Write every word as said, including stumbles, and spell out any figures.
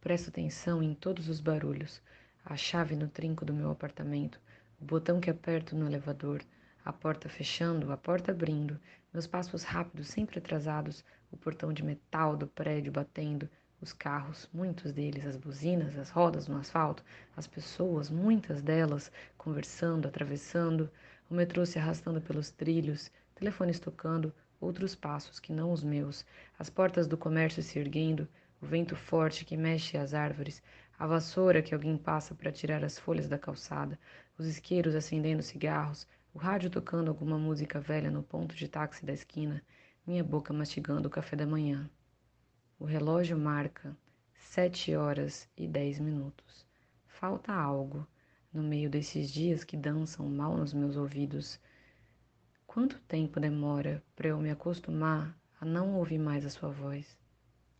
Presto atenção em todos os barulhos. A chave no trinco do meu apartamento, o botão que aperto no elevador, a porta fechando, a porta abrindo, meus passos rápidos, sempre atrasados, o portão de metal do prédio batendo, os carros, muitos deles, as buzinas, as rodas no asfalto, as pessoas, muitas delas, conversando, atravessando, o metrô se arrastando pelos trilhos, telefones tocando, outros passos que não os meus, as portas do comércio se erguendo, o vento forte que mexe as árvores, a vassoura que alguém passa para tirar as folhas da calçada, os isqueiros acendendo cigarros, o rádio tocando alguma música velha no ponto de táxi da esquina, minha boca mastigando o café da manhã. O relógio marca sete horas e dez minutos. Falta algo no meio desses dias que dançam mal nos meus ouvidos. Quanto tempo demora para eu me acostumar a não ouvir mais a sua voz?